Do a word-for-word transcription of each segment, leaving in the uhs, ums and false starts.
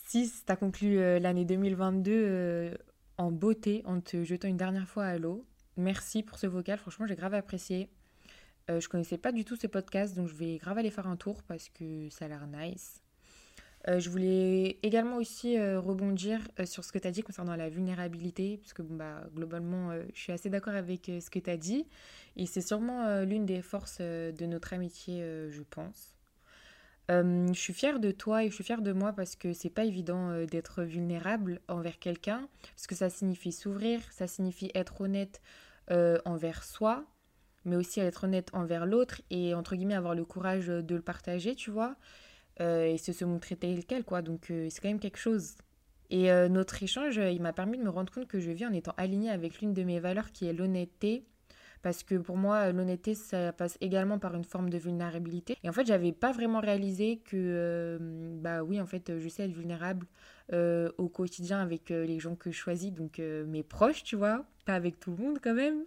Si tu as conclu euh, l'année deux mille vingt-deux euh, en beauté, en te jetant une dernière fois à l'eau, merci pour ce vocal. Franchement, j'ai grave apprécié. Euh, je connaissais pas du tout ce podcast, donc je vais grave aller faire un tour parce que ça a l'air nice. Euh, je voulais également aussi euh, rebondir euh, sur ce que tu as dit concernant la vulnérabilité, parce que bon, bah, globalement, euh, je suis assez d'accord avec euh, ce que tu as dit. Et c'est sûrement euh, l'une des forces euh, de notre amitié, euh, je pense. Euh, je suis fière de toi et je suis fière de moi parce que c'est pas évident euh, d'être vulnérable envers quelqu'un, parce que ça signifie s'ouvrir, ça signifie être honnête euh, envers soi, mais aussi être honnête envers l'autre et entre guillemets avoir le courage de le partager, tu vois, euh, et se, se montrer tel quel, quoi. Donc euh, c'est quand même quelque chose. Et euh, notre échange, euh, il m'a permis de me rendre compte que je vis en étant alignée avec l'une de mes valeurs qui est l'honnêteté parce que pour moi, l'honnêteté, ça passe également par une forme de vulnérabilité. Et en fait, j'avais pas vraiment réalisé que, euh, bah oui, en fait, je sais être vulnérable euh, au quotidien avec euh, les gens que je choisis, donc euh, mes proches, tu vois, pas avec tout le monde quand même.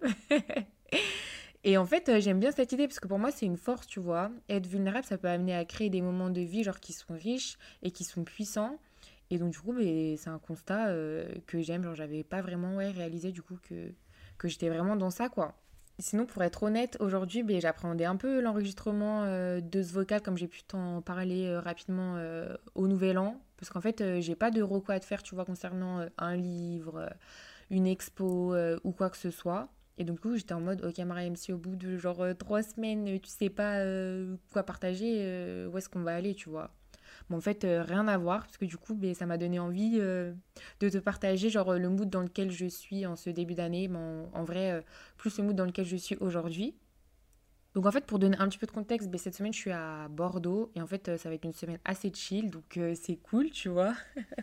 Et en fait, euh, j'aime bien cette idée parce que pour moi, c'est une force, tu vois. Être vulnérable, ça peut amener à créer des moments de vie, genre qui sont riches et qui sont puissants. Et donc, du coup, ben, c'est un constat euh, que j'aime. Genre, j'avais pas vraiment ouais, réalisé du coup que, que j'étais vraiment dans ça, quoi. Sinon, pour être honnête, aujourd'hui, ben, j'appréhendais un peu l'enregistrement euh, de ce vocal, comme j'ai pu t'en parler euh, rapidement euh, au Nouvel An. Parce qu'en fait, euh, j'ai pas de recours à te faire, tu vois, concernant euh, un livre, euh, une expo euh, ou quoi que ce soit. Et donc, du coup, j'étais en mode, ok, Mariam, si au bout de genre euh, trois semaines, euh, tu sais pas euh, quoi partager, euh, où est-ce qu'on va aller, tu vois. Bon, en fait, euh, rien à voir, parce que du coup, ben, ça m'a donné envie euh, de te partager genre euh, le mood dans lequel je suis en ce début d'année, mais en, en vrai, euh, plus le mood dans lequel je suis aujourd'hui. Donc en fait, pour donner un petit peu de contexte, ben, cette semaine, je suis à Bordeaux, et en fait, euh, ça va être une semaine assez chill, donc euh, c'est cool, tu vois.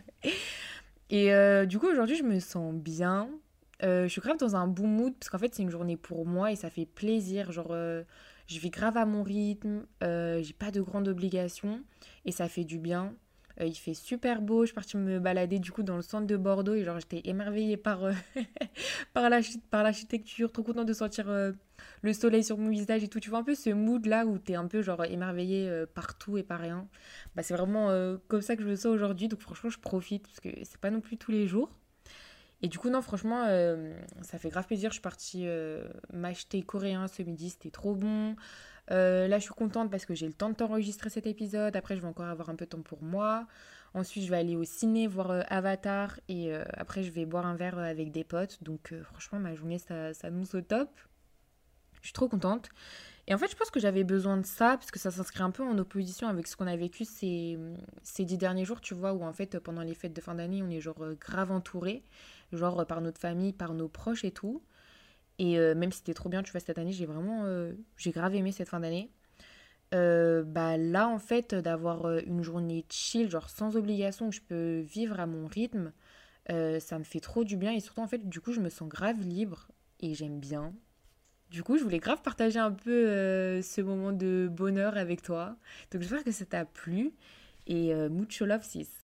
Et euh, du coup, aujourd'hui, je me sens bien. Euh, je suis grave dans un bon mood parce qu'en fait, c'est une journée pour moi et ça fait plaisir. Genre, euh, je vis grave à mon rythme, euh, j'ai pas de grandes obligations et ça fait du bien. Euh, il fait super beau. Je suis partie me balader du coup dans le centre de Bordeaux et genre, j'étais émerveillée par, euh, par l'archi- par l'architecture, trop contente de sentir euh, le soleil sur mon visage et tout. Tu vois un peu ce mood là où t'es un peu genre émerveillée euh, par tout et par rien. Bah, c'est vraiment euh, comme ça que je me sens aujourd'hui. Donc franchement, je profite parce que c'est pas non plus tous les jours. Et du coup, non, franchement, euh, ça fait grave plaisir. Je suis partie euh, m'acheter coréen ce midi, c'était trop bon. Euh, là, je suis contente parce que j'ai le temps de t'enregistrer cet épisode. Après, je vais encore avoir un peu de temps pour moi. Ensuite, je vais aller au ciné voir euh, Avatar. Et euh, après, je vais boire un verre euh, avec des potes. Donc, euh, franchement, ma journée, ça s'annonce au top. Je suis trop contente. Et en fait, je pense que j'avais besoin de ça, parce que ça s'inscrit un peu en opposition avec ce qu'on a vécu ces, ces dix derniers jours, tu vois, où en fait, pendant les fêtes de fin d'année, on est genre euh, grave entouré, genre euh, par notre famille, par nos proches et tout. Et euh, même si c'était trop bien, tu vois, cette année, j'ai vraiment, euh, j'ai grave aimé cette fin d'année. Euh, bah là, en fait, d'avoir euh, une journée chill, genre sans obligation, que je peux vivre à mon rythme, euh, ça me fait trop du bien. Et surtout, en fait, du coup, je me sens grave libre et j'aime bien. Du coup, je voulais grave partager un peu euh, ce moment de bonheur avec toi. Donc, j'espère que ça t'a plu. Et euh, mucho love, sis.